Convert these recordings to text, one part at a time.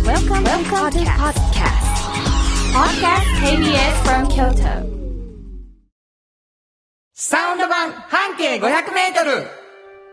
Welcome to podcast KBS from Kyoto. サウンド版半径500メートル。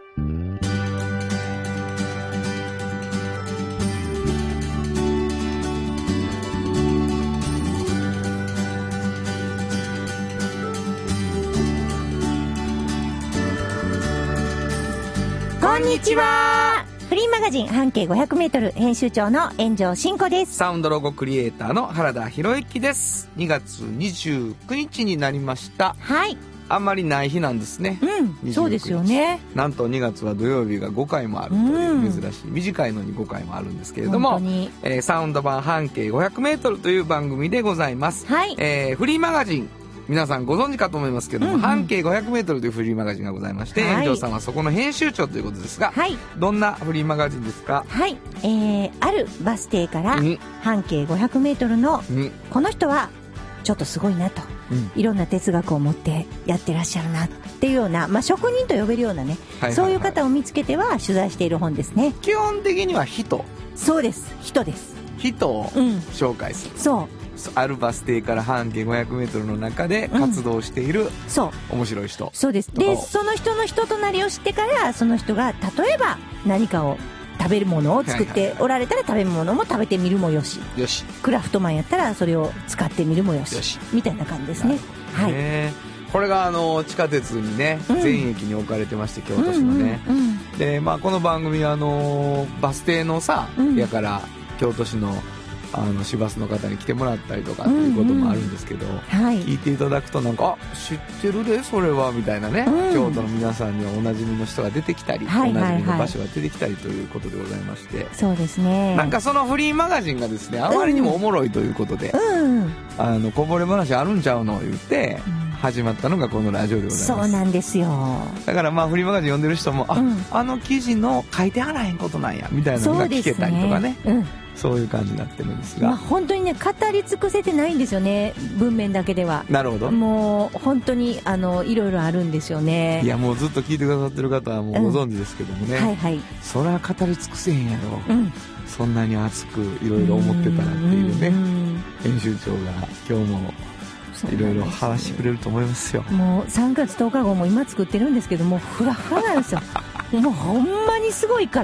こんにちは。フリーマガジン半径500メートル編集長の炎上真子です。 サウンドロゴクリエイターの原田博之です。2月29日になりました。 はい。あんまりない日なんですね。 うん、そうですよね。 なんと2月は土曜日が5回もあるという珍しい、短いのに5回もあるんですけれども、サウンド版半径500メートルという番組でございます。 はい。 フリーマガジン、皆さんご存知かと思いますけども、半径500メートルというフリーマガジンがございまして、炎上さんはそこの編集長ということですが、はい、どんなフリーマガジンですか？ はい、あるバス停から半径500メートルの、この人はちょっとすごいなと、いろんな哲学を持ってやってらっしゃるなっていうような、職人と呼べるようなね、そういう方を見つけては取材している本ですね。 基本的には人。 そうです、人です。 人を紹介する。そう。あるバス停から半径500メートルの中で活動している、面白い人。 そうです。で、その人の人となりを知ってから、その人が例えば何かを食べるものを作っておられたら、食べ物も食べてみるもよし。 よし。 クラフトマンやったらそれを使ってみるもよし。よし。みたいな感じですね。はい。 これが地下鉄にね、全駅に置かれてまして、京都市のね。で、この番組はバス停のさ、やから京都市の市バスの方に来てもらったりとかっていうこともあるんですけど、聞いていただくとなんか、知ってるでそれはみたいなね、京都の皆さんにはおなじみの人が出てきたり、おなじみの場所が出てきたりということでございまして、 そうですね。 なんかそのフリーマガジンがですね、あまりにもおもろいということで、こぼれ話あるんちゃうの言って始まったのがこのラジオでございます。 そうなんですよ。 だからフリーマガジン読んでる人も、あの記事の書いてあらへんことなんやみたいなのが聞けたりとかね、そういう感じになってるんですが、 本当にね、語り尽くせてないんですよね、文面だけでは。 なるほど。 もう本当にいろいろあるんですよね。 いや、もうずっと聞いてくださってる方はもうご存知ですけどもね、それは語り尽くせへんやろ、そんなに熱くいろいろ思ってたらっていうね、編集長が今日もいろいろ話してくれると思いますよ。 もう3月10日後も今作ってるんですけども、フラフラなんですよ。もうほんまにすごいから、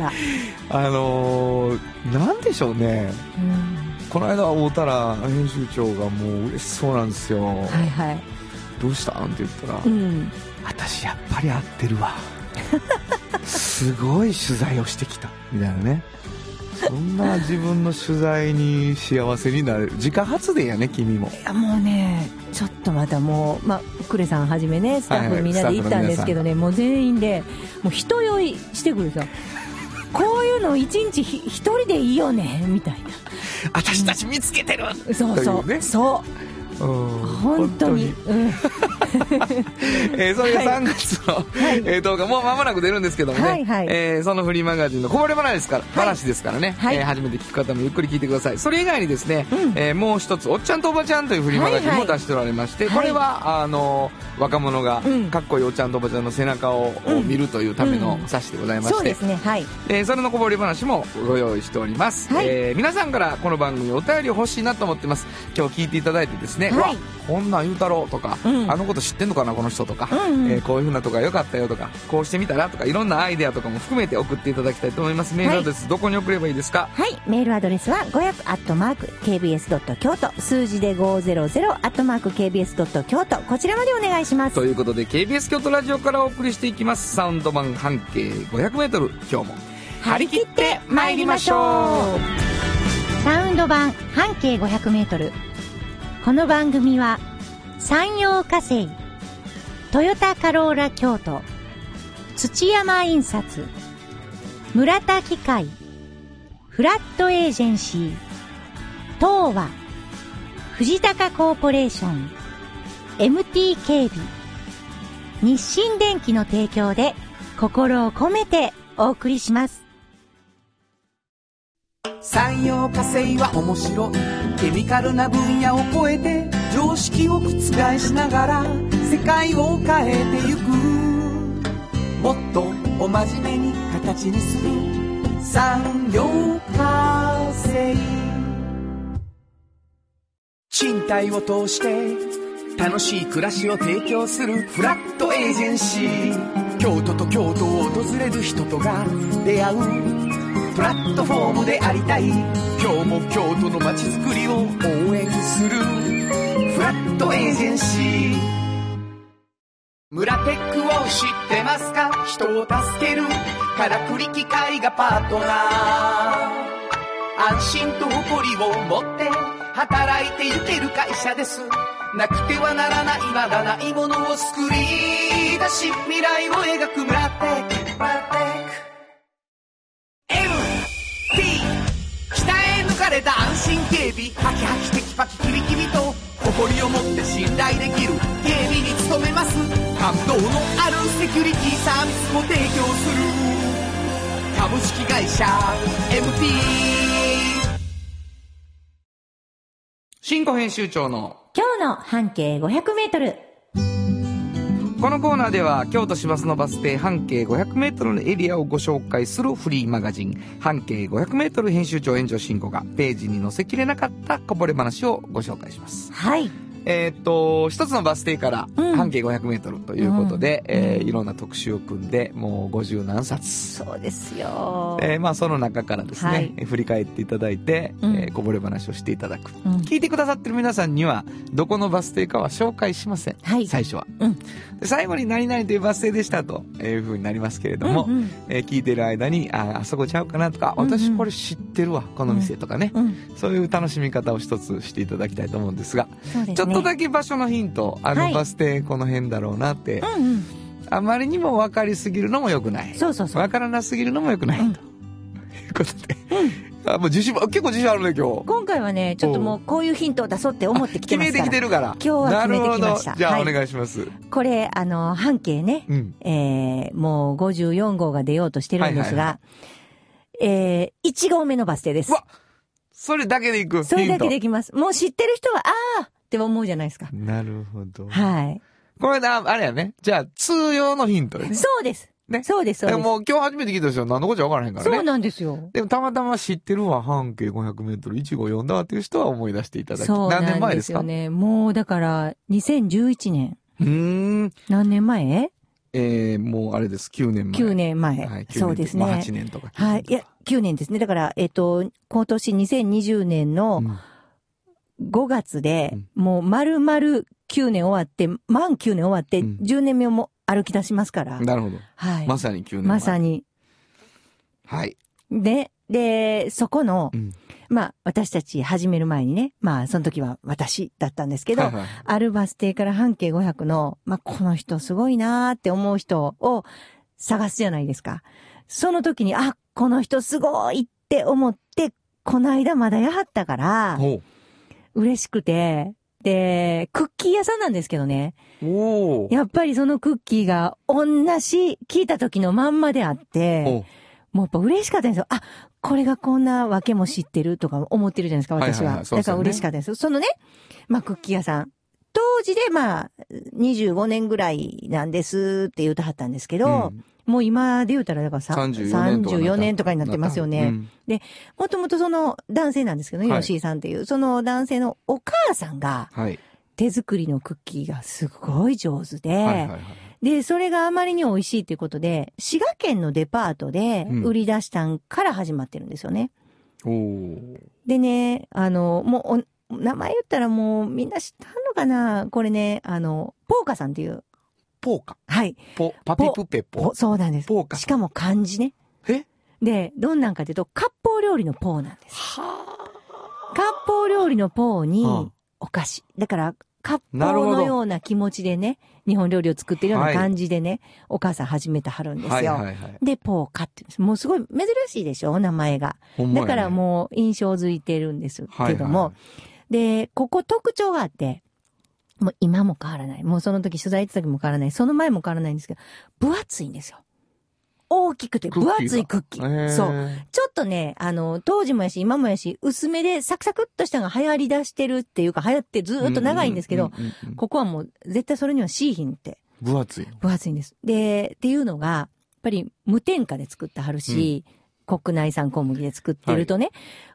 なんでしょうね、この間会うたら編集長がもう嬉しそうなんですよ。どうしたんって言ったら、私やっぱり合ってるわすごい取材をしてきたみたいなね。そんな自分の取材に幸せになれる自家発電やね、君も。 いや、もうね、ちょっとまたもう、クレさんはじめね、スタッフみんなで行ったんですけどね、もう全員でもう人酔いしてくるんですよ。こういうの一日一人でいいよねみたいな。 私たち見つけてる、 そうそう、そう本当にそれが3月の、動画もう間もなく出るんですけどもね、そのフリーマガジンのこぼれ話ですからね、初めて聞く方もゆっくり聞いてください。それ以外にですね、もう一つおっちゃんとおばちゃんというフリーマガジンも出しておられまして、これは若者がかっこいいおっちゃんとおばちゃんの背中を見るというための冊子でございまして、それのこぼれ話もご用意しております。皆さんからこの番組お便り欲しいなと思ってます。今日聞いていただいてですね、こんなん言うたろうとか、あのこと知ってんのかなこの人とか、こういう風なとか良かったよとか、こうしてみたらとか、いろんなアイデアとかも含めて送っていただきたいと思います。メールアドレス、どこに送ればいいですか？ メールアドレスは 500@kbs.kyoto、 数字で 500@kbs.kyoto、 こちらまでお願いします。 ということで KBS 京都ラジオからお送りしていきますサウンド版半径 500m、 今日も張り切って参りましょう。 サウンド版半径 500m、 この番組は山陽火星、トヨタカローラ京都、土山印刷、村田機械、フラットエージェンシー、東和、藤高コーポレーション、MT 警備、日清電機の提供で心を込めてお送りします。 産業化成は面白いケミカルな分野を超えて常識を覆しながら世界を変えてゆく、もっとお真面目に形にする産業化成。 身体を通して楽しい暮らしを提供するフラットエージェンシー。京都と京都を訪れる人とが出会うプラットフォームでありたい。今日も京都の街づくりを応援するフラットエージェンシー。村テックを知ってますか？人を助けるからくり機械がパートナー。安心と誇りを持って働いていける会社です。なくてはならないまだないものを作り出し未来を描く村テック。MT 北へ抜かれた安心警備、ハキハキテキパキキビキビと誇りを持って信頼できる警備に努めます。感動のあるセキュリティサービスも提供する株式会社 MT。 新庫編集長の今日の半径500メートル。 このコーナーでは京都市バスのバス停半径500メートルのエリアをご紹介するフリーマガジン半径500メートル編集長炎上真子がページに載せきれなかったこぼれ話をご紹介します。 はい。 一つのバス停から半径500メートルということで、いろんな特集を組んでもう50何冊。 そうですよ。 まあその中からですね、はい、振り返っていただいて、こぼれ話をしていただく、聞いてくださってる皆さんにはどこのバス停かは紹介しません、はい、最初は、で最後に何々というバス停でしたというふうになりますけれども、聞いてる間にあそこちゃうかなとか、私これ知ってるわこの店とかね、そういう楽しみ方を一つしていただきたいと思うんですが、そうですね、ちょっとだけ場所のヒント、バス停この辺だろうなって、あまりにも分かりすぎるのも良くない。そうそうそう。分からなすぎるのも良くない、ということで。もう結構自信あるね今日。今回はねちょっともうこういうヒントを出そうって思ってきてますから。 決めてきてるから。 今日は決めてきました。 じゃあお願いします。 これ半径ね、もう54号が出ようとしてるんですが、1号目のバス停です。 わ、それだけでいく。 それだけでいきます。もう知ってる人はって思うじゃないですか。 なるほど。 はい。 これあれやね。じゃあ通用のヒントです。 そうです。ね。そうです、そうです。 もう今日初めて聞いた人は何のことか分からへんからね。 そうなんですよ。 でもたまたま知ってるわ、半径500メートル1号読んだわっていう人は思い出していただき。そうなんですよね。何年前ですか？ もうだから2011年。何年前？ もうあれです、9年前。 9年前。 はい、 そうですね。 8年とか。 はい。いや、9年ですね。だから、今年2020年の5月で、もう丸々9年終わって、満9年終わって、10年目をも歩き出しますから。 なるほど。はい。まさに9年前。 まさに。 はい。 で、そこの、まあ、私たち始める前にね、まあ、その時は私だったんですけど、あるバス停から半径500の、まあ、この人すごいなーって思う人を探すじゃないですか。その時に、この人すごいって思って、この間まだやはったから、嬉しくて、で、クッキー屋さんなんですけどね。やっぱりそのクッキーが同じ聞いた時のまんまであって、もうやっぱ嬉しかったんですよ。これがこんなわけも知ってるとか思ってるじゃないですか、私は。だから嬉しかったです。そのね、まあクッキー屋さん。当時でまあ、25年ぐらいなんですって言うとはったんですけど、もう今で言うたらだから34年とかになってますよね。で、もともとその男性なんですけどね、吉井さんっていう、その男性のお母さんが、手作りのクッキーがすごい上手で、で、それがあまりに美味しいということで、滋賀県のデパートで売り出したんから始まってるんですよね。でね、もう、名前言ったらもうみんな知ったのかな？これね、ポーカさんっていう。 ポーカ？はい。パピプペポ？ そうなんです。 ポーカ。 しかも漢字ね。で、どんなんかというと、割烹料理のポーなんです。割烹料理のポーにお菓子。だから、割烹のような気持ちでね、日本料理を作ってるような感じでね、お母さん始めてはるんですよ。で、ポーカって言うんです。もうすごい珍しいでしょ、名前が。だからもう印象づいてるんですけども。で、ここ特徴があって、もう今も変わらない。もうその時取材行った時も変わらない。その前も変わらないんですけど、分厚いんですよ。大きくて分厚いクッキー。そう。ちょっとね、当時もやし、今もやし、薄めでサクサクっとしたのが流行り出してるっていうか、流行ってずーっと長いんですけど、ここはもう絶対それにはシーヒンって。 分厚い。 分厚いんです。で、っていうのが、やっぱり無添加で作ってはるし、国内産小麦で作ってるとね、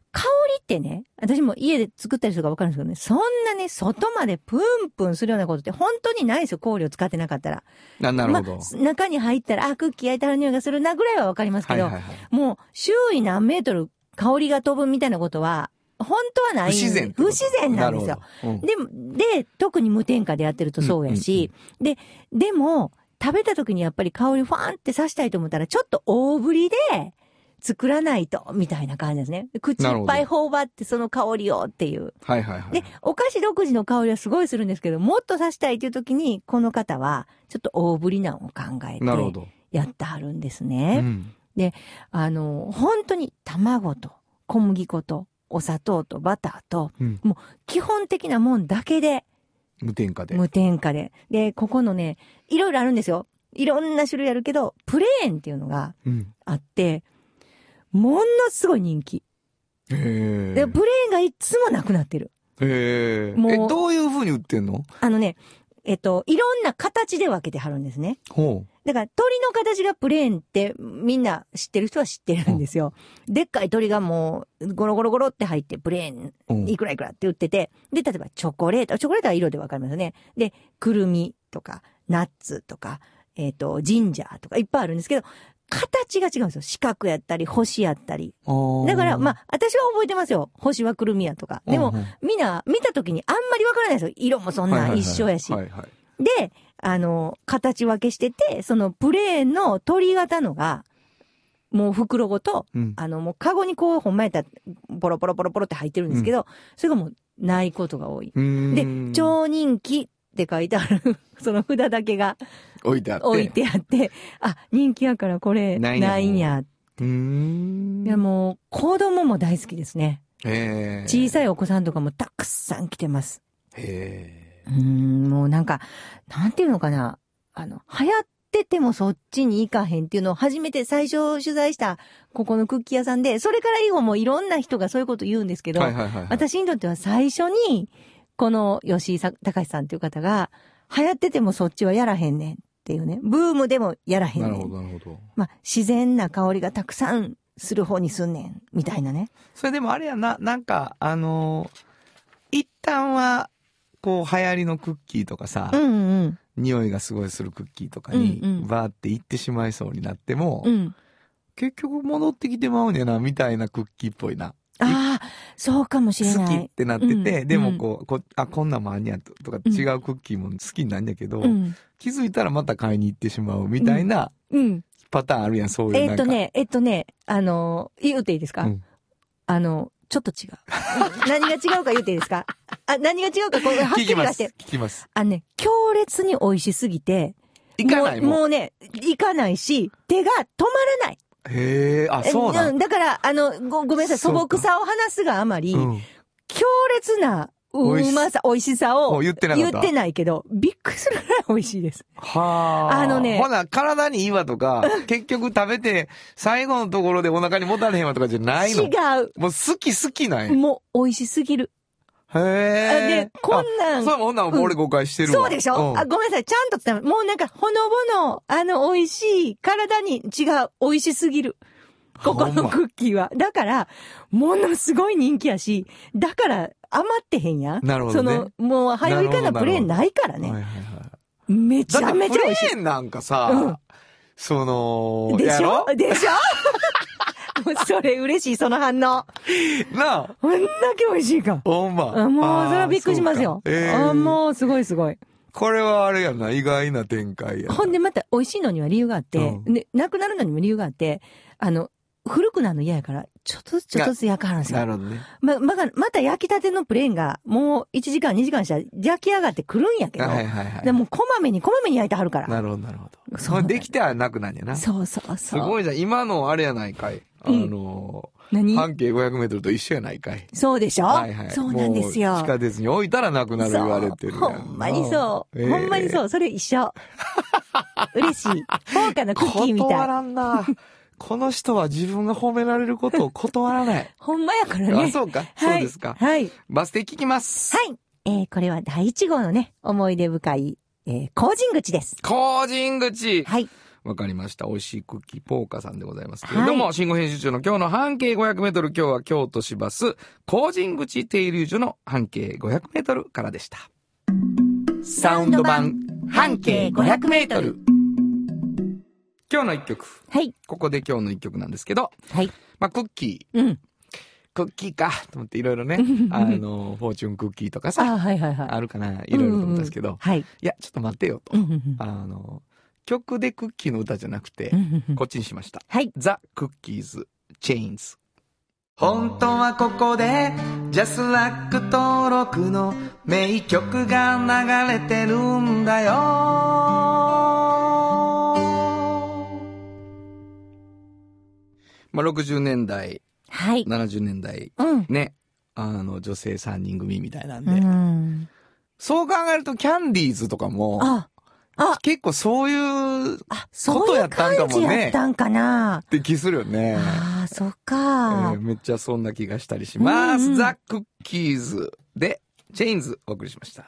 香りってね、私も家で作ったりするか分かるんですけどね、そんなね、外までプンプンするようなことって本当にないですよ、香料を使ってなかったら。 なるほど。 中に入ったら、クッキー焼いてある匂いがするなぐらいは分かりますけど、もう周囲何メートル香りが飛ぶみたいなことは、本当はない。不自然なんですよ。で、特に無添加でやってるとそうやし、でも、食べた時にやっぱり香りファンって刺したいと思ったら、ちょっと大ぶりで、作らないと、みたいな感じですね。口いっぱい頬張ってその香りをっていう。で、お菓子独自の香りはすごいするんですけど、もっと刺したいっていう時に、この方は、ちょっと大ぶりなのを考えて、やってはるんですね。で、本当に卵と小麦粉とお砂糖とバターと、もう基本的なもんだけで、 無添加で。 無添加で。で、ここのね、いろいろあるんですよ。いろんな種類あるけど、プレーンっていうのがあって、ものすごい人気。で、プレーンがいつもなくなってる。 もうどういう風に売ってんの？ いろんな形で分けてはるんですね。だから鳥の形がプレーンってみんな知ってる人は知ってるんですよ。でっかい鳥がもうゴロゴロゴロって入ってプレーンいくらいくらって売ってて、で、例えばチョコレートは色で分かりますよね。で、くるみとかナッツとか、ジンジャーとかいっぱいあるんですけど、形が違うんですよ。四角やったり、星やったり。だから、私は覚えてますよ。星はくるみやとか。でも、みんな見た時にあんまりわからないですよ。色もそんな一緒やし。で、形分けしてて、そのプレーンの鳥型のが、もう袋ごと、もうカゴにこう、ほんまやったら、ポロポロポロポロって入ってるんですけど、それがもうないことが多い。で、超人気って書いてある、その札だけが、置いてあって、人気やからこれ、ないんやって。いや、もう、子供も大好きですね。小さいお子さんとかもたくさん来てます。もうなんか、なんていうのかな。流行っててもそっちに行かへんっていうのを初めて最初取材したここのクッキー屋さんで、それから以後もいろんな人がそういうこと言うんですけど、私にとっては最初に、この吉井隆さんっていう方が、流行っててもそっちはやらへんねんっていうね。ブームでもやらへんねん。なるほど。自然な香りがたくさんする方にすんねん。みたいなね。 それでもあれやな、なんか、一旦は、こう、流行りのクッキーとかさ、匂いがすごいするクッキーとかに、バーって行ってしまいそうになっても、結局戻ってきてまうんやな、みたいなクッキーっぽいな。 そうかもしれない。 好きってなってて、でもこんなんもあんやとか違うクッキーも好きになんだけど、気づいたらまた買いに行ってしまうみたいなパターンあるやん、そういうなんか。 言うていいですか？ちょっと違う。何が違うか言うていいですか？何が違うか、これはっきり言わせて。 聞きます。 強烈に美味しすぎて、 行かないもうね、行かないし、手が止まらない。 そうなんだから、ごめんなさい、素朴さを話すがあまり、強烈な美味しさを言ってないけど、びっくりするぐらい美味しいです。ほな、体にいいわとか、結局食べて、最後のところでお腹にもたれへんわとかじゃないの？ 違う。 もう好きない？ もう美味しすぎる。で、こんなん。 そう、こんなん俺誤解してるわ。 そうでしょ？ごめんなさい、ちゃんと伝えもうなんか、ほのぼの、美味しい、体に違う、美味しすぎる。ここのクッキーは。だから、ものすごい人気やし、だから余ってへんやん。 なるほどね。 もう、早いかなプレーンないからね。めちゃめちゃ美味しい。 プレーンなんかさ、 でしょそれ嬉しい、その反応。なあ。こんだけ美味しいか。 ほんま。 もう、それはびっくりしますよ。もう、すごいすごい。 これはあれやな、意外な展開や。 ほんでまた、美味しいのには理由があって、なくなるのにも理由があって、古くなるの嫌やから、ちょっとずつ焼かはるんですよ。 なるほどね。 また焼きたてのプレーンが、もう1時間2時間したら焼き上がってくるんやけど、でもこまめに焼いてはるから。 なるほど。そうできてはなくなんやな。 そう。 すごいじゃん。今のあれやないかい。半径500メートルと一緒やないかい。 そうでしょ？そうなんですよ。 地下鉄に置いたらなくなる言われてるやん。 ほんまにそう。ほんまにそう。それ一緒。嬉しい。豪華なクッキーみたい。 断らんな。この人は自分が褒められることを断らない。 ほんまやからね。 そうか。そうですか。 はい。 バス停聞きます。 はい。これは第1号のね、思い出深い、工人口です。 工人口。 はい。 わかりました。美味しいクッキーポーカさんでございますけれども、新語編集長の今日の半径500メートル、今日は京都市バス高神口停留所の半径500メートルからでした。サウンド版半径500メートル。今日の一曲。 はい。 ここで今日の一曲なんですけど、 はい。 まあ、クッキー。クッキーかと思っていろいろね、フォーチュンクッキーとかさ、あるかな、いろいろと思ったんですけど、いや、ちょっと待ってよと。曲でクッキーの歌じゃなくて、こっちにしました。 はい。 ザ・クッキーズ・チェインズ。 本当はここでジャスラック登録の名曲が流れてるんだよ。 まあ、60年代、 はい、 70年代、ね、女性3人組みたいなんで、そう考えるとキャンディーズとかも、結構そういうことやったんかもね。 そういう感じやったんかなって気するよね。 そっか、 めっちゃそんな気がしたりします。ザ・クッキーズでチェインズお送りしました。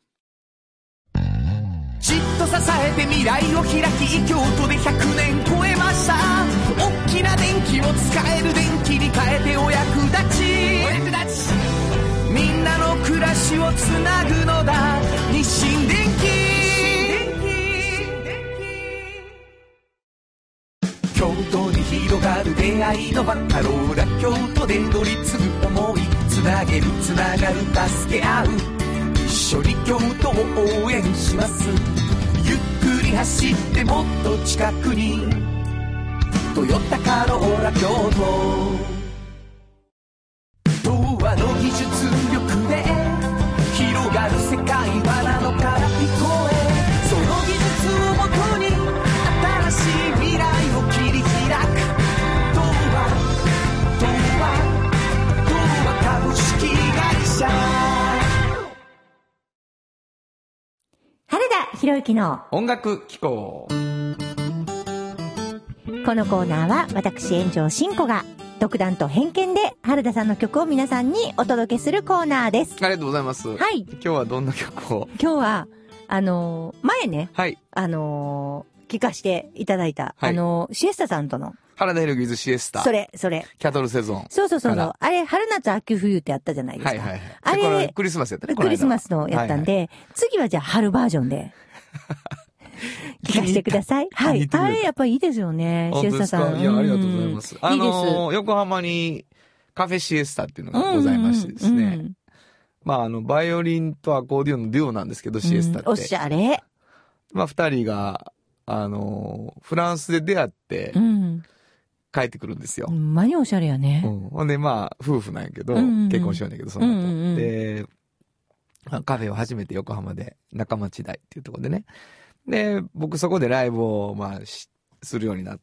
じっと支えて未来を開き、京都で100年超えました。大きな電気を使える電気に変えてお役立ち、みんなの暮らしをつなぐのだ、日清電気。京都に広がる出会いのバカローラ京都で乗り継ぐ思い、つなげるつながる助け合う、一緒に京都を応援します。ゆっくり走ってもっと近くに、トヨタカローラ京都。童話の技術力で広がる世界はなのから聞こえ、その技術をもとに新しい未来を切り開く。童話株式会社。 原田博之の音楽機構。 このコーナーは私園長しんこが独断と偏見で原田さんの曲を皆さんにお届けするコーナーです。 ありがとうございます。 はい。 今日はどんな曲を？ 今日は前ね、 はい、 聞かせていただいた、 はい、 シエスタさんとの原田博之ズシエスタ。 それ。 キャトルセゾン。 そう。あれ、春夏秋冬ってやったじゃないですか。 あれ、これクリスマスやったね。 クリスマスのやったんで、次はじゃあ春バージョンで。聞かせてください。はい。あれ、やっぱいいですよね。シエスタさん。 いや、ありがとうございます。いいです。横浜にカフェシエスタっていうのがございましてですね。まあ、バイオリンとアコーディオンのデュオなんですけど、シエスタって。 おしゃれ。 まあ、二人が、フランスで出会って、帰ってくるんですよ。 ほんまにおしゃれやね。 ほんで、まあ、夫婦なんやけど、結婚しようんやけど、その後。で、カフェを初めて横浜で、中町台っていうところでね。で、僕そこでライブを、まあ、するようになって、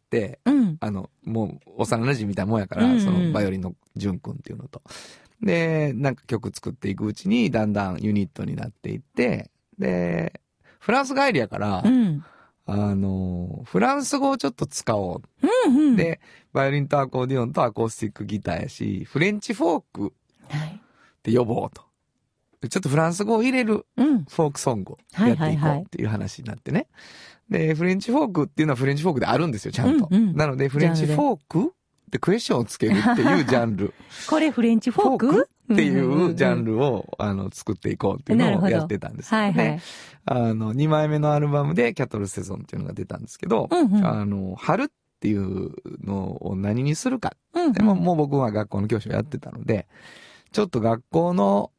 もう、幼馴染みたいなもんやから、その、バイオリンの淳君っていうのと。で、なんか曲作っていくうちに、だんだんユニットになっていって、で、フランス帰りやから、フランス語をちょっと使おう。で、バイオリンとアコーディオンとアコースティックギターやし、フレンチフォークって呼ぼうと。ちょっとフランス語を入れるフォークソングをやっていこうっていう話になってね。で、フレンチフォークっていうのはフレンチフォークであるんですよ、ちゃんと。なので、フレンチフォークってクエスチョンをつけるっていうジャンル。 これフレンチフォークっていうジャンルを、作っていこうっていうのをやってたんですよね。2枚目のアルバムでキャトルセゾンっていうのが出たんですけど、春っていうのを何にするか。でもう僕は学校の教師をやってたので、ちょっと学校の、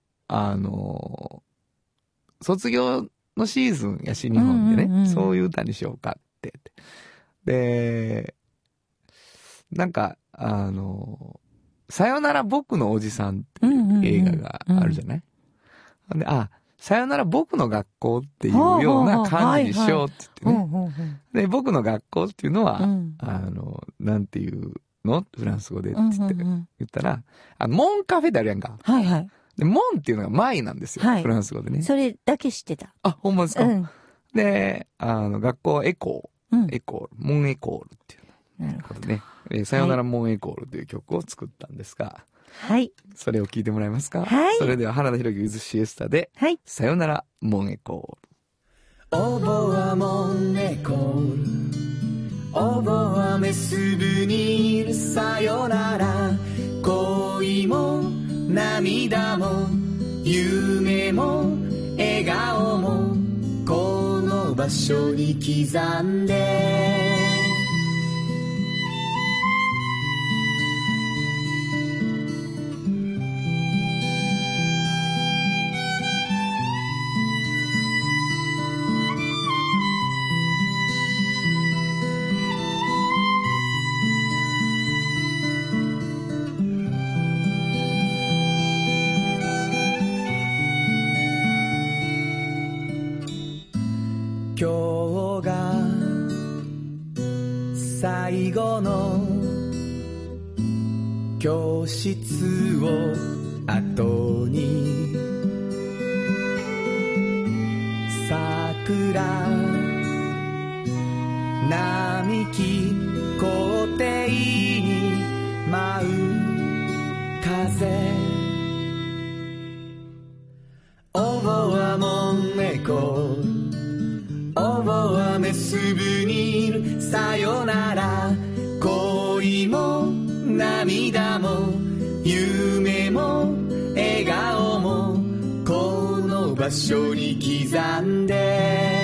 卒業のシーズンやし、日本でね、そういう歌にしようかって。で、なんか、さよなら僕のおじさんっていう映画があるじゃない？で、さよなら僕の学校っていうような感じにしようって言ってね。で、僕の学校っていうのは、なんていうの？フランス語でって言ったら、モンカフェであるやんか。で、モンっていうのが前なんですよ。フランス語でね。 それだけ知ってた。 ほんまですか？で、学校はエコール、モンエコールっていう。なるほどね。さよならモンエコールという曲を作ったんですが、 はい。 それを聞いてもらえますか？ はい。 それでは原田博之 with シエスタで、 はい。 さよならモンエコール。 オボアモンエコール、 覚え結ぶにいるさよなら恋も涙も夢も笑顔もこの場所に刻んで今日が最後の教室を後に桜並木校庭に舞う風おぼわもん猫おぼわ結ぶにいるさよなら恋も涙も夢も笑顔もこの場所に刻んで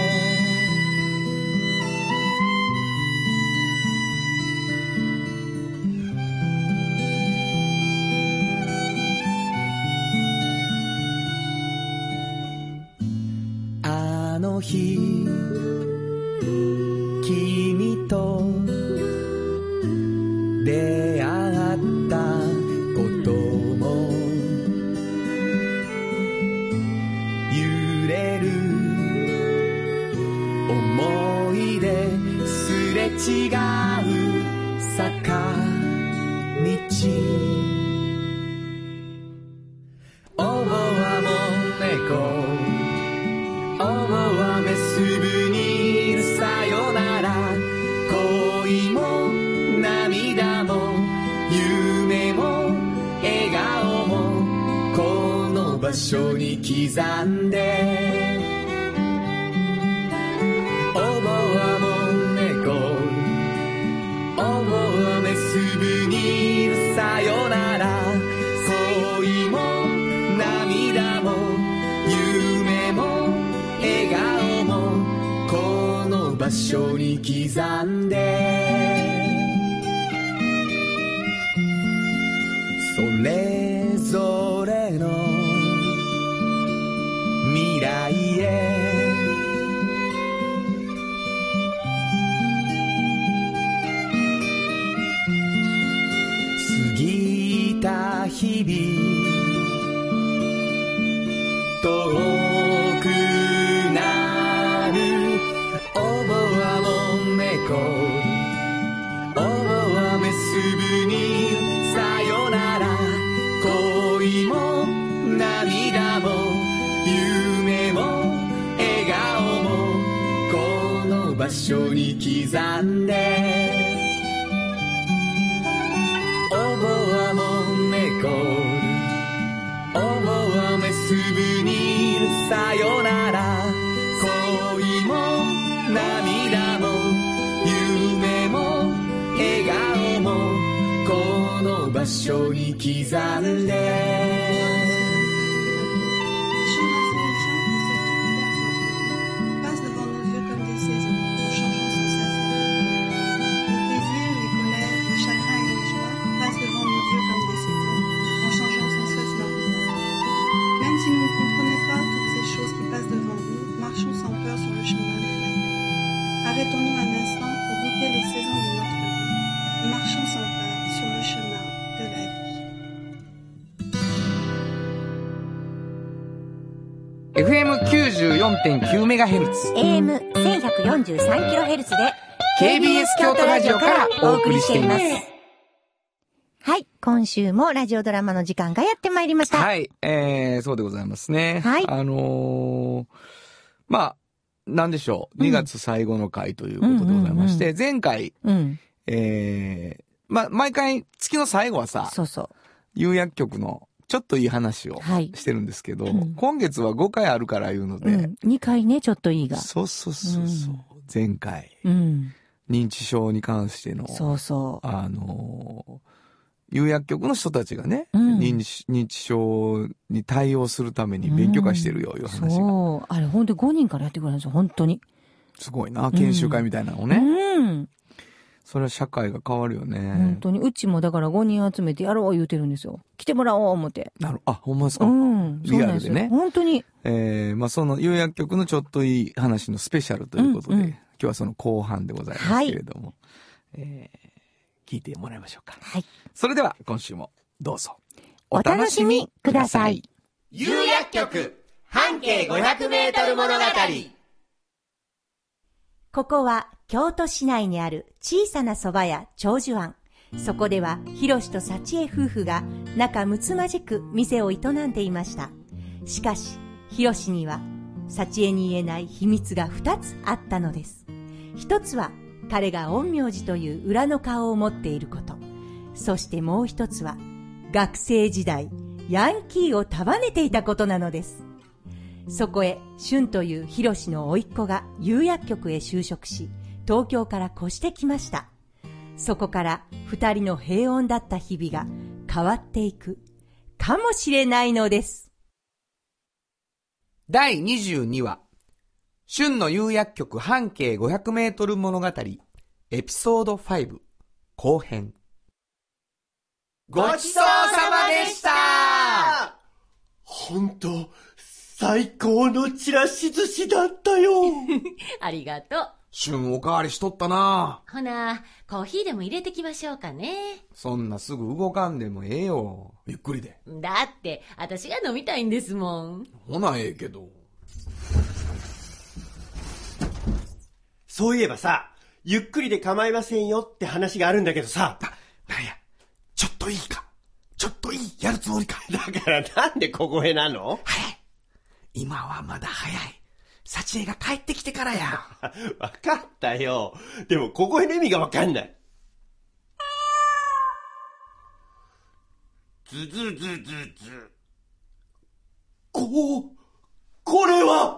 あの日君と出会ったことも揺れる思いですれ違う坂道おぼわも猫おぼわ結ぶにいるさよなら恋も涙も夢も笑顔もこの場所に刻んでおぼわも猫おぼわ結ぶにいるさよなら恋も涙も夢も笑顔もこの場所に刻んでそれぞれの未来へ過ぎた日々遠くなるおぼわも猫おぼわ結ぶにさよなら恋も涙も夢も笑顔もこの場所に刻んでおぼわも猫おぼわ結ぶにいるさよなら恋も涙も夢も笑顔もこの場所に刻んで Arrêtons-nous un instant pour goûter les saisons de notre vie. Marchons sans peur sur le chemin de la FM94.9 メガヘルツ AM1143 キロヘルツで KBS 京都ラジオからお送りしています。 はい。今週もラジオドラマの時間がやってまいりました。 はい。そうでございますね。 はい。 まあ、なんでしょう。2月最後の回ということでございまして、前回、まあ、毎回月の最後はさ、 そうそう。 有薬局のちょっといい話をしてるんですけど、今月は5回あるから言うので、 2回ね、ちょっといいが。 そう。前回。 認知症に関しての。 そうそう。 有薬局の人たちがね、認知症に対応するために勉強会してるよ、いう話が。 そう。あれ、ほんと5人からやってくれるんですよ、本当に。 すごいな、研修会みたいなのをね。それは社会が変わるよね。 本当に。うちもだから5人集めてやろう言うてるんですよ。来てもらおう思って。 ほんまですか？リアルでね。 本当に。 その有薬局のちょっといい話のスペシャルということで、今日はその後半でございますけれども、聞いてもらいましょうか。 はい。 それでは今週もどうぞお楽しみください。 有薬局半径500メートル物語。 ここは京都市内にある小さな蕎麦屋長寿庵。そこではひろしと幸恵夫婦が仲睦まじく店を営んでいました。しかしひろしには幸恵に言えない秘密が2つあったのです。一つは彼が陰陽師という裏の顔を持っていること。そしてもう一つは学生時代ヤンキーを束ねていたことなのです。そこへ俊というひろしの甥っ子が有薬局へ就職し、東京から越してきました。そこから二人の平穏だった日々が変わっていくかもしれないのです。 第22話、俊の有薬局半径500メートル物語エピソード5後編。 ごちそうさまでした。 ほんと最高のちらし寿司だったよ。 ありがとう。 俊おかわりしとったな。 ほな、コーヒーでも入れてきましょうかね。 そんなすぐ動かんでもええよ。ゆっくりで。 だって、私が飲みたいんですもん。 ほなええけど。 そういえばさ、ゆっくりで構いませんよって話があるんだけどさ。 なんや、ちょっといいか。ちょっといい、やるつもりか。 だからなんで小声なの？ 早い。今はまだ早い。幸恵が帰ってきてからや。 わかったよ。でも小声の意味がわかんない。ズズズズズ。これは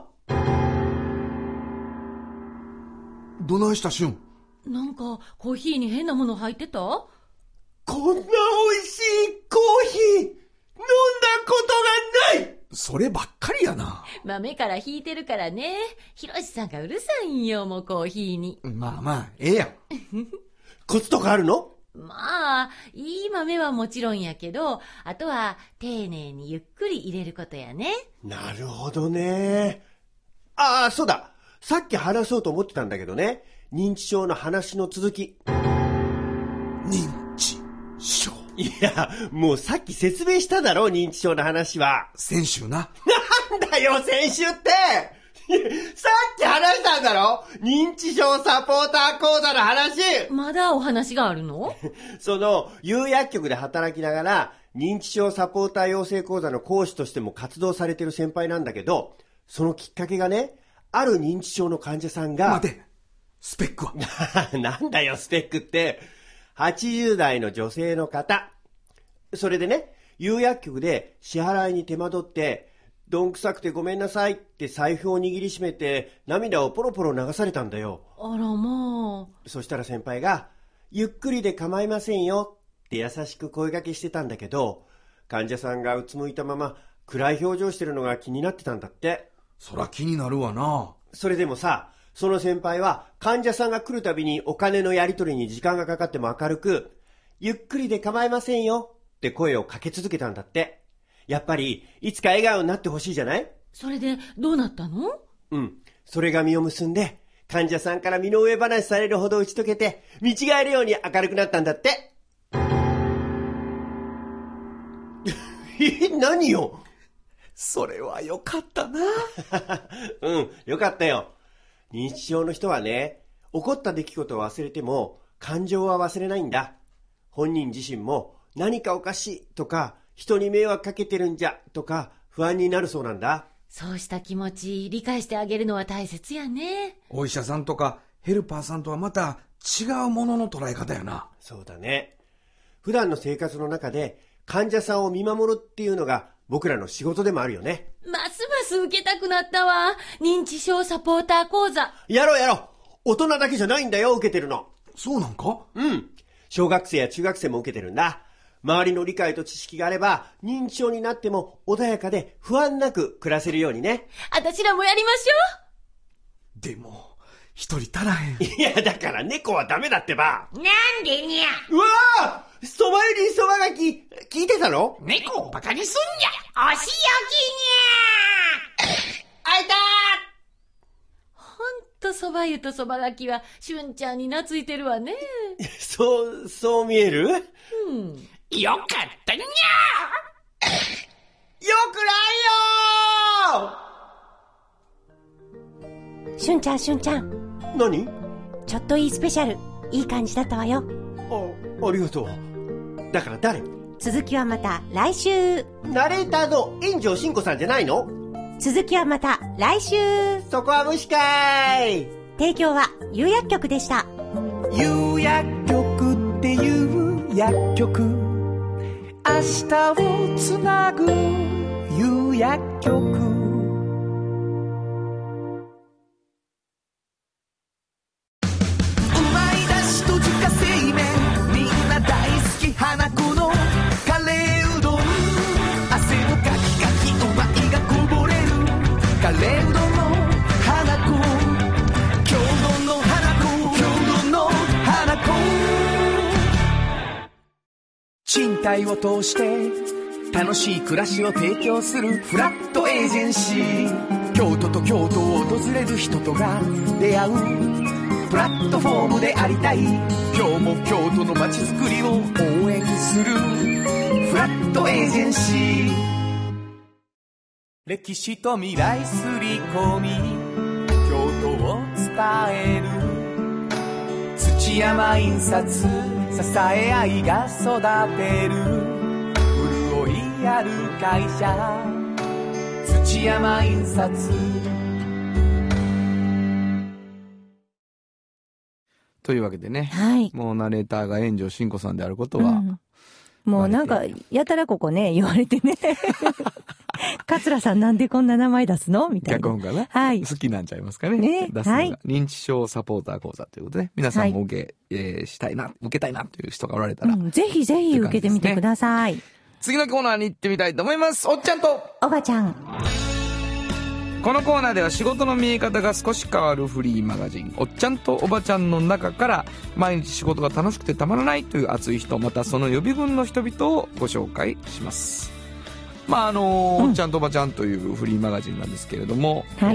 どないした俊？ なんかコーヒーに変なもの入ってた？ こんな美味しいコーヒー飲んだことがない。 そればっかりやな。 豆から引いてるからね。ひろしさんがうるさいんよ、もうコーヒーに。 まあまあ、ええやん。 コツとかあるの？ まあ、いい豆はもちろんやけど、あとは丁寧にゆっくり入れることやね。 なるほどね。ああ、そうだ。さっき話そうと思ってたんだけどね。認知症の話の続き。 認知症。 いや、もうさっき説明しただろ、認知症の話は。 先週な。 なんだよ、先週って。さっき話したんだろ、認知症サポーター講座の話。 まだお話があるの？ その、有薬局で働きながら、認知症サポーター養成講座の講師としても活動されてる先輩なんだけど、そのきっかけがね、ある認知症の患者さんが。 待て、スペックは？ なんだよ、スペックって。80代の女性の方。それでね、有薬局で支払いに手間取って、どんくさくてごめんなさいって財布を握りしめて涙をポロポロ流されたんだよ。 あらまあ。 そしたら先輩が、ゆっくりで構いませんよって優しく声掛けしてたんだけど、患者さんがうつむいたまま暗い表情してるのが気になってたんだって。 そら気になるわな。 それでもさ、その先輩は患者さんが来るたびにお金のやり取りに時間がかかっても明るく、ゆっくりで構いませんよって声をかけ続けたんだって。やっぱりいつか笑顔になってほしいじゃない？ それでどうなったの？ それが実を結んで、患者さんから身の上話されるほど打ち解けて、見違えるように明るくなったんだって。何よ？ それはよかったな。 よかったよ。認知症の人はね、起こった出来事を忘れても感情は忘れないんだ。本人自身も何かおかしいとか、人に迷惑かけてるんじゃとか不安になるそうなんだ。 そうした気持ち理解してあげるのは大切やね。 お医者さんとかヘルパーさんとはまた違うものの捉え方やな。 そうだね。普段の生活の中で患者さんを見守るっていうのが僕らの仕事でもあるよね。 ますます受けたくなったわ。認知症サポーター講座。 やろう。 大人だけじゃないんだよ、受けてるの。 そうなんか？ うん。小学生や中学生も受けてるんだ。周りの理解と知識があれば、認知症になっても穏やかで不安なく暮らせるようにね。 私らもやりましょう。でも、一人足らへん。 いや、だから猫はダメだってば。 なんでにゃ。 うわぁ！そばゆりそばがき、聞いてたの？ 猫をバカにすんじゃ。お仕置きにゃ。あいたー！ ほんとそば湯とそばがきは、しゅんちゃんに懐いてるわね。 そう見える？ うん。よかったにゃー。よくないよー。しゅんちゃん。 何？ ちょっといいスペシャル。いい感じだったわよ。 ありがとう。だから誰？ 続きはまた来週。 ナレーターの炎上真子さんじゃないの？ 続きはまた来週。 そこは無視かーい。 提供は有薬局でした。 有薬局っていう薬局、明日をつなぐ有薬局。花子のカレーうどん、汗のかきかきお前がこぼれるカレーうどんの花子、郷土の花子。賃貸を通して楽しい暮らしを提供するフラットエージェンシー、京都と京都を訪れる人とが出会うプラットフォームでありたい。今日も京都の街づくりを応援するフラットエージェンシー。歴史と未来すり込み京都を伝える土山印刷、支え合いが育てる潤いある会社土山印刷。 というわけでね、 はい、 もうナレーターが炎上真子さんであることは、 もうなんかやたらここね言われてね桂さんなんでこんな名前出すのみたいな。 脚本家ね、 はい、 好きなんちゃいますかね。出すのが、 はい、 認知症サポーター講座ということで、皆さんも受けたいなという人がおられたら、 ぜひぜひ受けてみてください。 次のコーナーに行ってみたいと思います。おっちゃんとおばちゃん。 このコーナーでは仕事の見え方が少し変わるフリーマガジンおっちゃんとおばちゃんの中から毎日仕事が楽しくてたまらないという熱い人、またその予備軍の人々をご紹介します。おっちゃんとおばちゃんというフリーマガジンなんですけれども、 はい、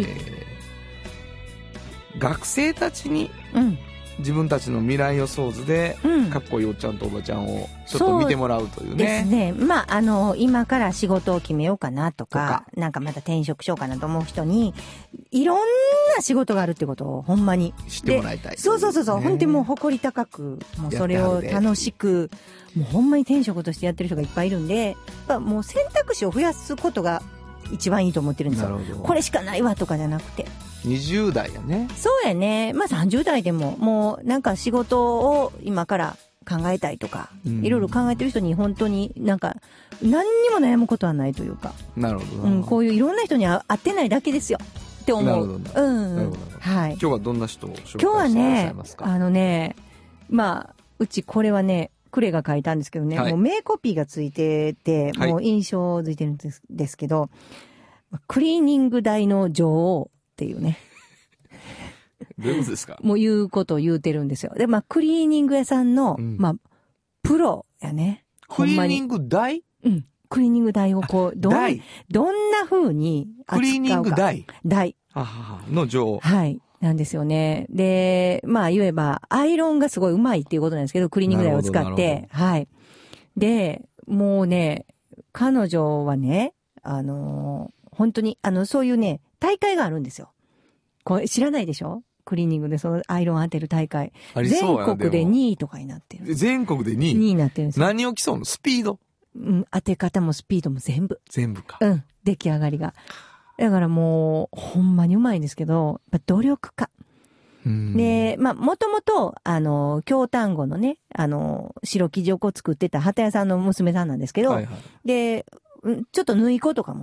学生たちに自分たちの未来予想図で、かっこいいおっちゃんとおばちゃんをちょっと見てもらうというね。そうですね。 今から仕事を決めようかなとか、なんかまた転職しようかなと思う人に、いろんな仕事があるってことをほんまに知ってもらいたい。 そう。本当にもう誇り高く、もうそれを楽しく、もうほんまに転職としてやってる人がいっぱいいるんで、やっぱもう選択肢を増やすことが一番いいと思ってるんですよ。 なるほど。 これしかないわとかじゃなくて。 20代やね。 そうやね。30代でも、もうなんか仕事を今から考えたいとか、いろいろ考えてる人に本当になんか、何にも悩むことはないというか。 なるほど。 こういういろんな人に会ってないだけですよ。って思う。 なるほど。 はい。 今日はどんな人を紹介してくださいますか？ 今日はね、うちこれはね、クレが書いたんですけどね、もう名コピーがついてて、もう印象づいてるんですけど、クリーニング代の女王っていうね。 どういうことですか？ もう言うことを言うてるんですよ。で、クリーニング屋さんの、プロやね。 クリーニング代？ クリーニング代をどんな風に扱うか。 クリーニング代の女王。 はい。なんですよね。で、言えば、アイロンがすごい上手いっていうことなんですけど、クリーニング台を使って、はい。で、もうね、彼女はね、本当に、そういうね、大会があるんですよ。これ知らないでしょ？クリーニングでそのアイロン当てる大会。全国で2位とかになってる。 全国で2位？ 2位になってるんですよ。 何を競うの？スピード？ 当て方もスピードも全部。 全部か。 出来上がりが。だからもう、ほんまにうまいんですけど、努力家。で、もともと、京丹後のね、白生地を作ってた旗屋さんの娘さんなんですけど、で、ちょっと縫い子とかもね、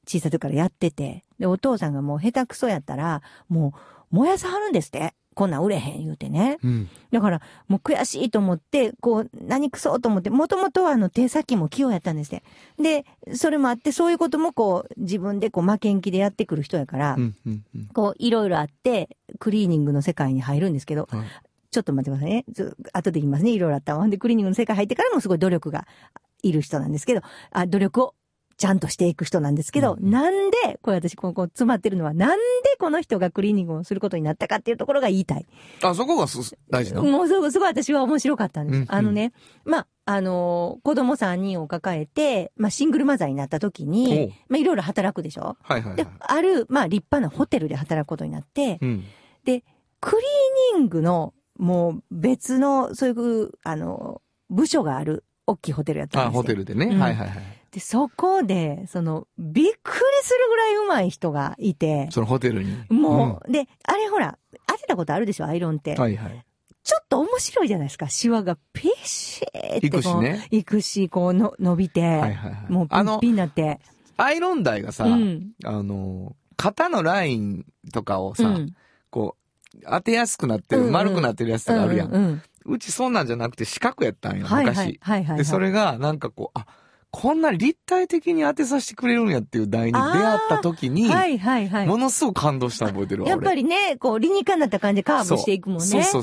小さい時からやってて、で、お父さんがもう下手くそやったら、もう燃やさはるんですって。こんなん売れへん言うてね。うん、だから、もう悔しいと思って、こう、何くそと思って、もともとは手先も器用やったんですね。で、それもあって、そういうこともこう、自分でこう、負けん気でやってくる人やから、こう、いろいろあって、クリーニングの世界に入るんですけど、ちょっと待ってくださいね。後で言いますね。いろいろあったわ。で、クリーニングの世界入ってからもすごい努力がいる人なんですけど、努力をちゃんとしていく人なんですけど、なんで、これ私ここ詰まってるのは、なんでこの人がクリーニングをすることになったかっていうところが言いたい。 あ、そこが大事なの？ もうすごい私は面白かったんです。まあ、子供3人を抱えて、まあ、シングルマザーになった時に、まあ、いろいろ働くでしょ？はいはいはい。で、ある、まあ、立派なホテルで働くことになって、で、クリーニングの、もう別の、そういう、部署がある、大きいホテルやったんですよ。 ホテルでね。はいはいはい。 で、そこで、びっくりするぐらい上手い人がいて。 そのホテルに。 もう、で、あれほら、当てたことあるでしょ、アイロンって。はいはい。ちょっと面白いじゃないですか、シワがピシーって。いくしね。いくし、こう伸びて。はいはいはい。もうピッピになって。 アイロン台がさ、肩のラインとかをさ、こう、当てやすくなってる、丸くなってるやつとかあるやん。うちそんなんじゃなくて四角やったんよ、昔。はいはい。で、それが、なんかこう、こんな立体的に当てさせてくれるんやっていう台に出会った時に、はいはいはい。ものすごく感動したの覚えてるわ。 やっぱりね、こう、理にかなった感じでカーブしていくもんね。 そう。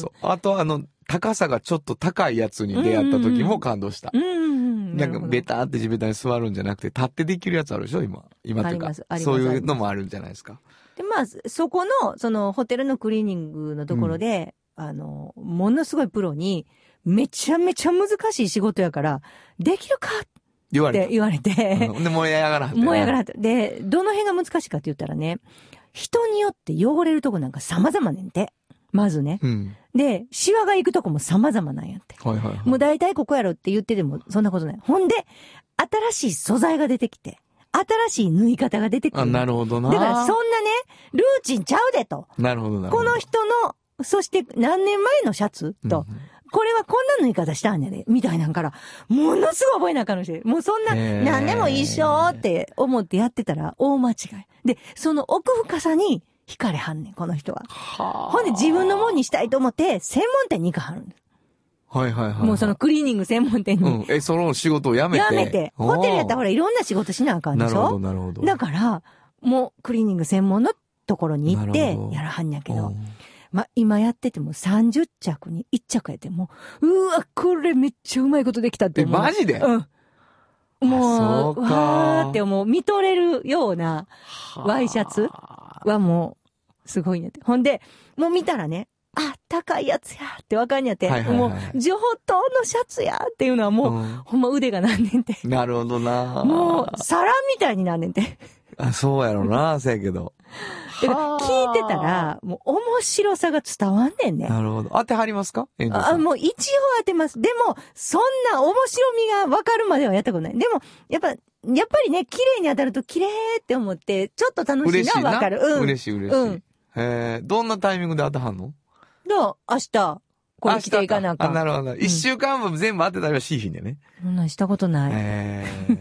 あと高さがちょっと高いやつに出会った時も感動した。なんかベターって地べたに座るんじゃなくて、立ってできるやつあるでしょ今というか。そういうのもあるんじゃないですか。 で、まあ、そこの、ホテルのクリーニングのところで、ものすごいプロに、めちゃめちゃ難しい仕事やから、できるかって言われて。 で、燃え上がらはって。 燃え上がらはって。で、どの辺が難しいかって言ったらね、人によって汚れるとこなんか様々ねんて。まずね。で、シワが行くとこも様々なんやって。もう大体ここやろって言っててもそんなことない。ほんで、新しい素材が出てきて、新しい縫い方が出てくる。 なるほどな。 だからそんなね、ルーチンちゃうでと。 なるほど。 この人の、そして何年前のシャツと、これはこんな縫い方したんやで、みたいなんから、ものすごい覚えなあかんのして、もうそんな、何でも一緒って思ってやってたら大間違い。で、その奥深さに惹かれはんねん、この人は。ほんで自分のもんにしたいと思って、専門店に行かはるんです。 はいはいはい。 もうそのクリーニング専門店に。 その仕事を辞めて。 ホテルやったらほらいろんな仕事しなあかんでしょ？なるほど。だから、もうクリーニング専門のところに行って、やらはんやけど。ま、今やってても30着に1着やってもうわ、これめっちゃうまいことできたって思う。 マジで？ もう、わーってもう見とれるようなワイシャツはもう、すごいねって。ほんで、もう見たらね、高いやつやってわかんやって。もう、上等のシャツやっていうのはもう、ほんま腕がなんねんて。 なるほどな。 もう、皿みたいになんねんて。 そうやろな、せやけど。 だから聞いてたら、もう面白さが伝わんねんね。 なるほど。当てはりますか？ もう一応当てます。でも、そんな面白みがわかるまではやったことない。でも、やっぱりね、綺麗に当たると綺麗って思って、ちょっと楽しいのはわかる。 嬉しい。どんなタイミングで当てはんの？ 明日、これ着ていかなあかん。 なるほど。1週間分全部当てたりはしいひんでね。 そんなんしたことない。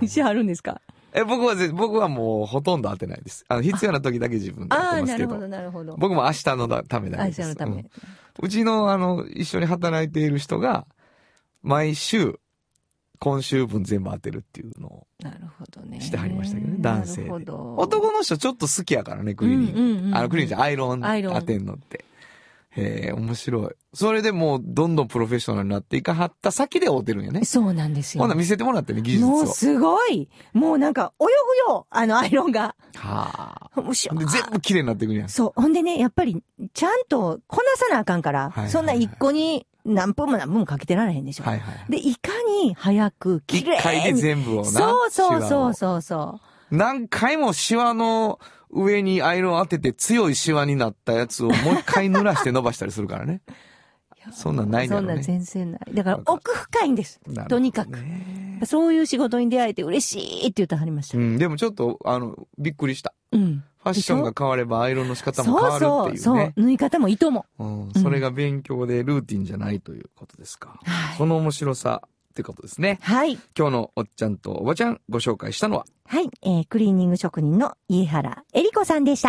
しはるんですか？ 僕はもうほとんど当てないです。必要な時だけ自分で当てますけど。 なるほど。 僕も明日のためだけです。 明日のため。 うちの一緒に働いている人が、毎週、今週分全部当てるっていうのを。 なるほどね。 してはりましたけどね、男性で。 なるほど。 男の人ちょっと好きやからね、クリーニング。クリーニングじゃアイロン当てんのって。面白い。それでもうどんどんプロフェッショナルになっていかはった先で会うてるんやね。 そうなんですよ。 ほな見せてもらってね、技術を。 もうすごい。もうなんか泳ぐよ、アイロンが。 はあ。で全部綺麗になっていくんや。 そう。ほんでね、やっぱりちゃんとこなさなあかんから、そんな一個に何分もかけてられへんでしょ。で、いかに早く綺麗に。 一回で全部をな。 そう。 何回もシワの上にアイロン当てて強いシワになったやつをもう一回濡らして伸ばしたりするからね。そんなんないんだろうね。 そんなん全然ない。だから奥深いんです。とにかく。そういう仕事に出会えて嬉しいって言ってはりました。 でもちょっと、びっくりした。ファッションが変わればアイロンの仕方も変わるっていうね。 そう。縫い方も糸も。 それが勉強でルーティンじゃないということですか。その面白さ。 ってことですね。 はい。 今日のおっちゃんとおばちゃんご紹介したのは、 はい、クリーニング職人の家原恵里子さんでした。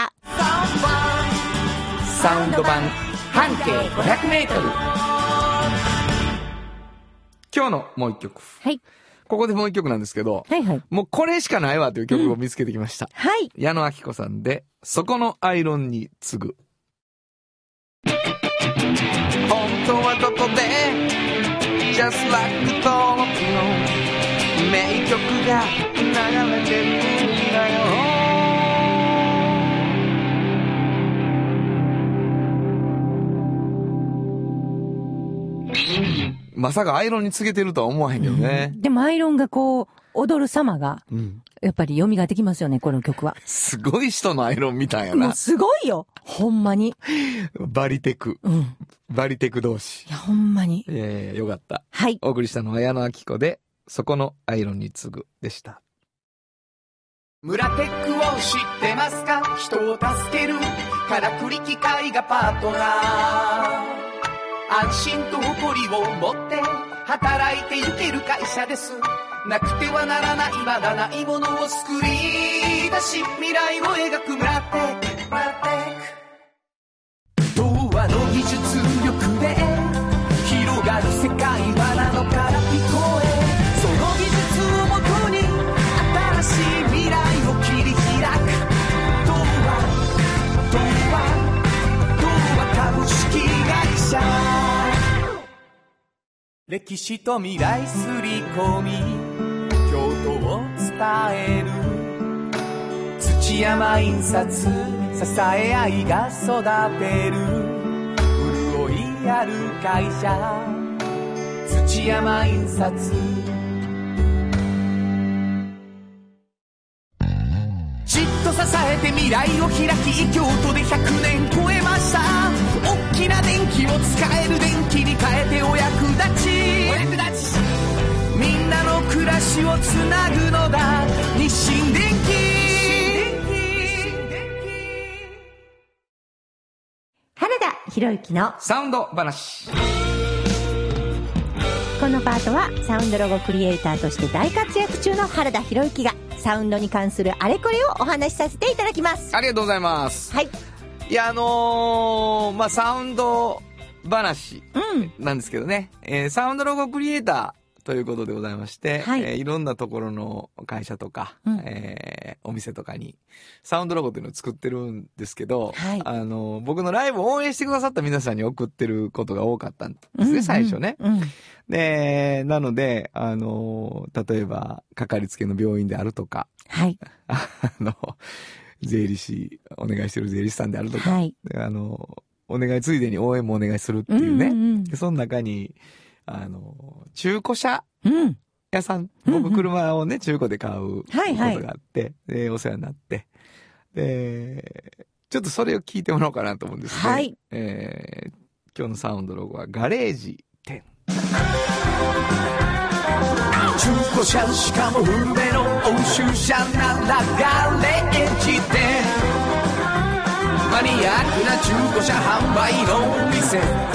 サウンド版半径500メートル。今日のもう一曲。 はい。 ここでもう一曲なんですけど、 はいはい。 もうこれしかないわという曲を見つけてきました。 はい。 矢野明子さんで、そこのアイロンに次ぐ。本当はどこで Just like 登録の名曲が流れてるんだよ。まさかアイロンに告げてるとは思わへんけどね。 でもアイロンがこう踊る様が、やっぱり蘇ってきますよね、この曲は。 すごい人のアイロンみたいやな。 もうすごいよ。ほんまに。 バリテク。バリテク同士。 いや、ほんまに。 いやよかった。 はい。 お送りしたのは矢野明子で、そこのアイロンに次ぐでした。 村テックを知ってますか？人を助けるからくり機械がパートナー。安心と誇りを持って働いていける会社です。なくてはならないまだないものを作り出し未来を描く村テック。童話の技術力で広がる世界はなのから聞こえ、その技術をもとに新しい未来を切り開く。童話株式会社。歴史と未来すり込み京都を伝える土山印刷、支え合いが育てる潤いある会社土山印刷。じっと支えて未来を開き京都で100年超えました。大きな電気を使える電気に変えてお役立ち、みんなの暮らしをつなぐのだ日清電気。 原田博之のサウンド話。 このパートはサウンドロゴクリエイターとして大活躍中の原田博之がサウンドに関するあれこれをお話しさせていただきます。 ありがとうございます。 はい。 いやサウンド話なんですけどね、サウンドロゴクリエイターということでございまして、はい、いろんなところの会社とか、お店とかにサウンドロゴっていうのを作ってるんですけど、はい、僕のライブを応援してくださった皆さんに送ってることが多かったんですね、最初ね。で、なので、例えば、かかりつけの病院であるとか、はい、税理士、お願いしてる税理士さんであるとか、はい、お願いついでに応援もお願いするっていうね。でその中に、中古車屋さん、僕車をね、中古で買うことがあって、で、お世話になって、で、ちょっとそれを聞いてもらおうかなと思うんですけど、はい、今日のサウンドロゴはガレージ10。 中古車しかも運命の欧州車ならガレージ店、マニアックな中古車販売のお店、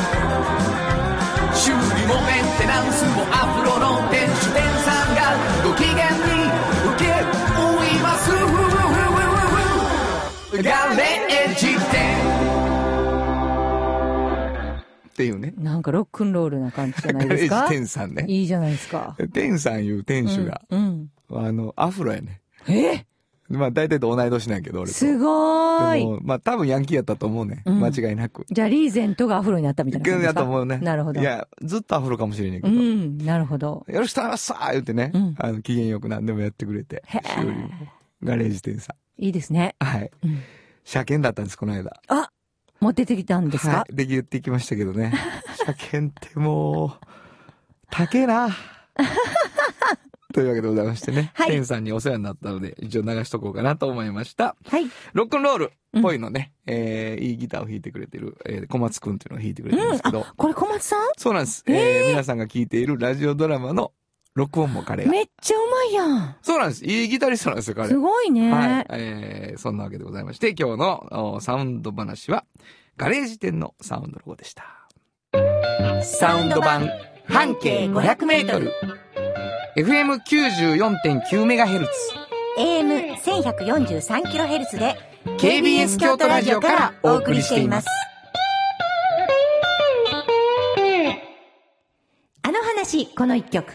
修理もメンテナンスもアフロの店主店さんがご機嫌に受け負います。ガレージ店っていうね。 なんかロックンロールな感じじゃないですか。 ガレージ店さんね。 いいじゃないですか。 店さんいう店主が、アフロやね。まあ大体と同い年なんやけど、俺と。すごーい。でも、まあ多分ヤンキーやったと思うね。間違いなく。じゃあリーゼントがアフロになったみたいな感じですか？やと思うね。なるほど。いや、ずっとアフロかもしれないけど。なるほど。よろしくお願いしますさー言ってね。機嫌よく何でもやってくれて。修理も。ガレージ店さん。いいですね。はい。車検だったんです、この間。あ、もう出てきたんですか？はい。で、言ってきましたけどね。車検ってもう、高えな。というわけでございましてね。はい。店さんにお世話になったので、一応流しとこうかなと思いました。はい。ロックンロールっぽいのね、いいギターを弾いてくれてる、小松くんっていうのを弾いてくれてるんですけど。これ小松さん？そうなんです。皆さんが聴いているラジオドラマの録音も彼が。めっちゃうまいやん。そうなんです。いいギタリストなんですよ、彼。すごいね。はい。そんなわけでございまして、今日のサウンド話は、ガレージ店のサウンドロゴでした。サウンド版半径500メートル。 FM94.9MHz、 AM1143kHz で KBS 京都ラジオからお送りしています。 あの話、この一曲。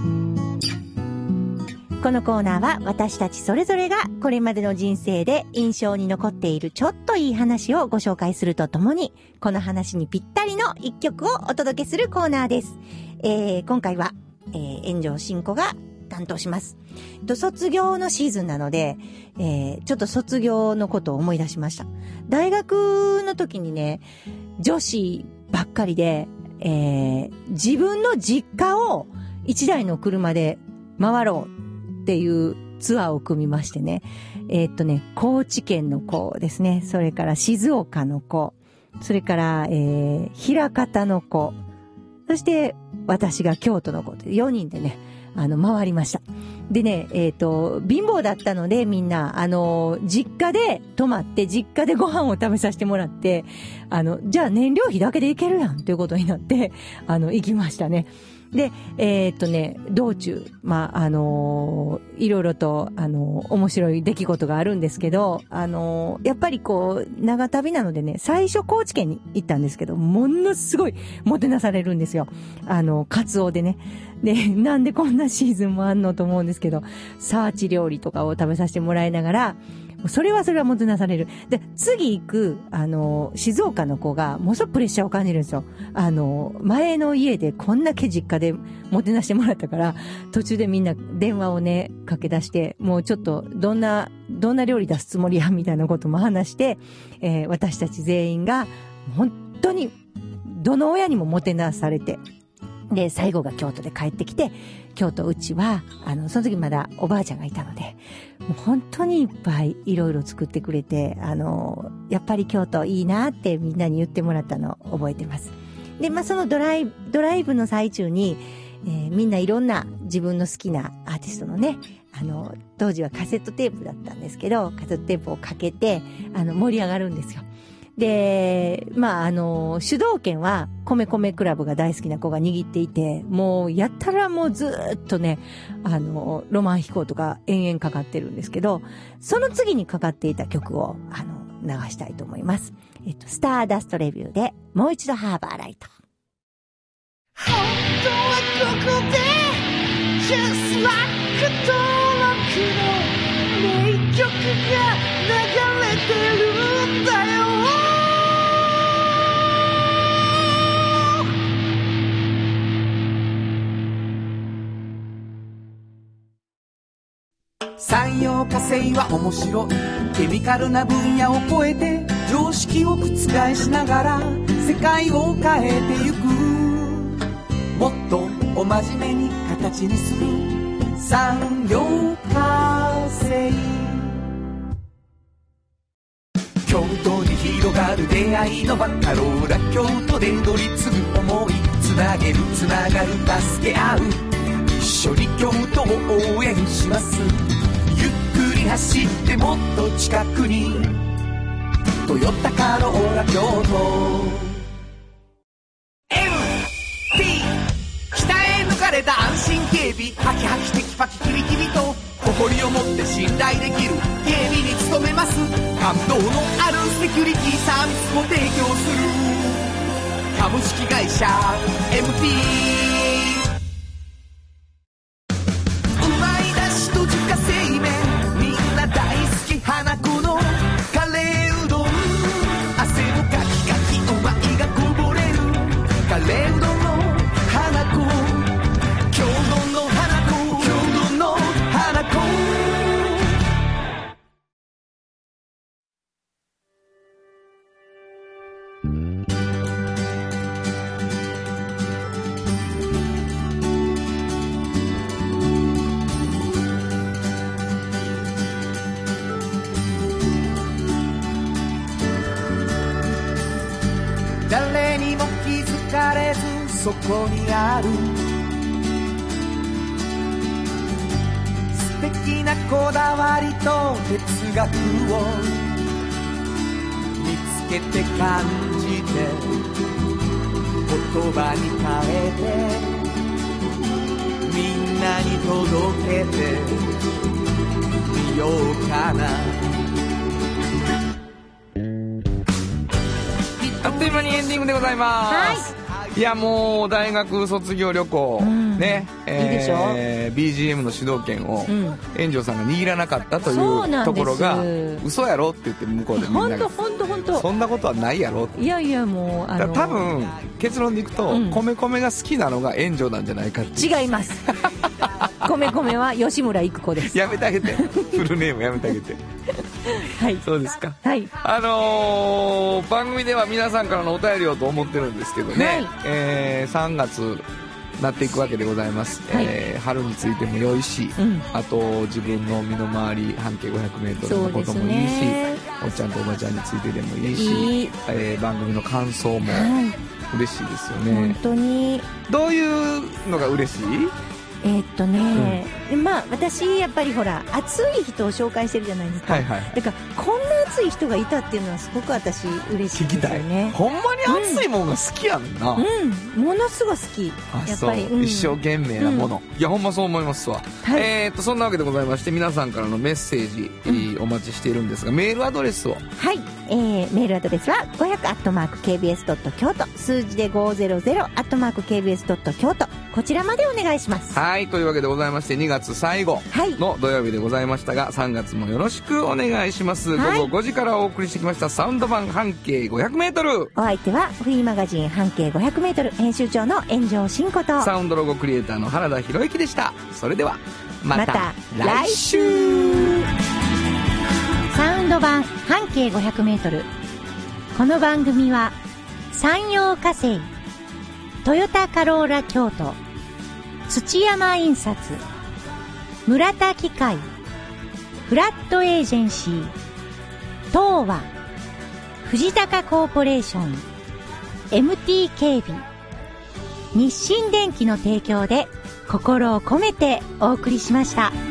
このコーナーは私たちそれぞれがこれまでの人生で印象に残っているちょっといい話をご紹介するとともに、この話にぴったりの一曲をお届けするコーナーです。今回は、炎上真子が担当します。卒業のシーズンなので、ちょっと卒業のことを思い出しました。大学の時にね、女子ばっかりで、自分の実家を一台の車で回ろうっていうツアーを組みましてね。高知県の子ですね。それから静岡の子。それから、枚方の子。そして私が京都の子で4人でね、回りました。でね、貧乏だったのでみんな、実家で泊まって、実家でご飯を食べさせてもらって、じゃあ燃料費だけで行けるやんということになって、行きましたね。で、道中、いろいろと、面白い出来事があるんですけど、やっぱりこう、長旅なのでね、最初高知県に行ったんですけど、ものすごいもてなされるんですよ。カツオでね。で、なんでこんなシーズンもあんのと思うんですけど、サーチ料理とかを食べさせてもらいながら、それはもてなされる。で、次行く、静岡の子が、ものすごくプレッシャーを感じるんですよ。前の家でこんだけ実家でもてなしてもらったから、途中でみんな電話をね、かけ出して、もうちょっと、どんな料理出すつもりや、みたいなことも話して、私たち全員が、本当に、どの親にももてなされて、で、最後が京都で帰ってきて、京都うちは、その時まだおばあちゃんがいたので、もう本当にいっぱいいろいろ作ってくれて、やっぱり京都いいなってみんなに言ってもらったのを覚えてます。で、そのドライブの最中に、みんないろんな自分の好きなアーティストのね、当時はカセットテープだったんですけど、カセットテープをかけて、盛り上がるんですよ。で、主導権は米米クラブが大好きな子が握っていて、もうやったらもうずーっとね、ロマン飛行とか延々かかってるんですけど、その次にかかっていた曲を、流したいと思います。スターダストレビューでもう一度ハーバーライト。 本当はここで Just Like 登録の名曲が流れてるんだよ。 産業化成は面白い。ケミカルな分野を超えて常識を覆しながら世界を変えてゆく。もっとお真面目に形にする産業化成。京都に広がる出会いのバカローラ京都で乗り継ぐ思い、つなげるつながる助け合う、一緒に京都を応援します。ゆっくり走ってもっと近くにトヨタカローラ京都。 MT 北へ抜かれた安心警備、ハキハキテキパキキビキビと誇りを持って信頼できる警備に努めます。感動のあるセキュリティサービスも提供する株式会社 MT。花子のカレーうどん、汗をかきかきうまいがこぼれるカレーうどんの花子、京都の花子、京都の花子。誰にも気づかれずそこにある素敵なこだわりと哲学を見つけて感じて言葉に変えてみんなに届けてみようかな。 あっという間にエンディングでございます。いやもう大学卒業旅行、ね、 いいでしょ BGM の主導権を園長さんが握らなかったというところが嘘やろって言って向こうでみんなが本当そんなことはないやろって。 いやいやもう多分結論でいくと、米米が好きなのが園長なんじゃないかって。 違います米米は吉村育子です。 やめてあげてフルネームやめてあげてはい、 そうですか。 はい、 番組では皆さんからのお便りをと思ってるんですけどね、はい、3月なっていくわけでございます、はい、春についても良いし、あと自分の身の回り半径 500m のこともいいし、おっちゃんとおばちゃんについてでもいいし、番組の感想も嬉しいですよね。 本当に。 どういうのが嬉しい？ まあ私やっぱりほら熱い人を紹介してるじゃないですか、はいはい、だからこんな熱い人がいたっていうのはすごく私嬉しいですよね。 ほんまに熱いものが好きやねんな。 ものすごい好き。やっぱり、 一生懸命なもの、いやほんまそう思いますわ、はい、そんなわけでございまして皆さんからのメッセージ、お待ちしているんですが、メールアドレスを。 はい、メールアドレスは 500@kbs.kyoto 数字で 500@kbs.kyoto こちらまでお願いします。 はい、というわけでございまして2月最後の土曜日でございましたが、3月もよろしくお願いします、はい、午後5時からお送りしてきましたサウンド版半径 500m。 お相手はフリーマガジン半径 500m 編集長の炎上真子とサウンドロゴクリエイターの原田博之でした。それではまた来週。 サウンド版半径 500m。 この番組は山陽火星、トヨタカローラ京都、土山印刷、村田機械、フラットエージェンシー、東和、藤高コーポレーション、MT 警備、日清電機の提供で心を込めてお送りしました。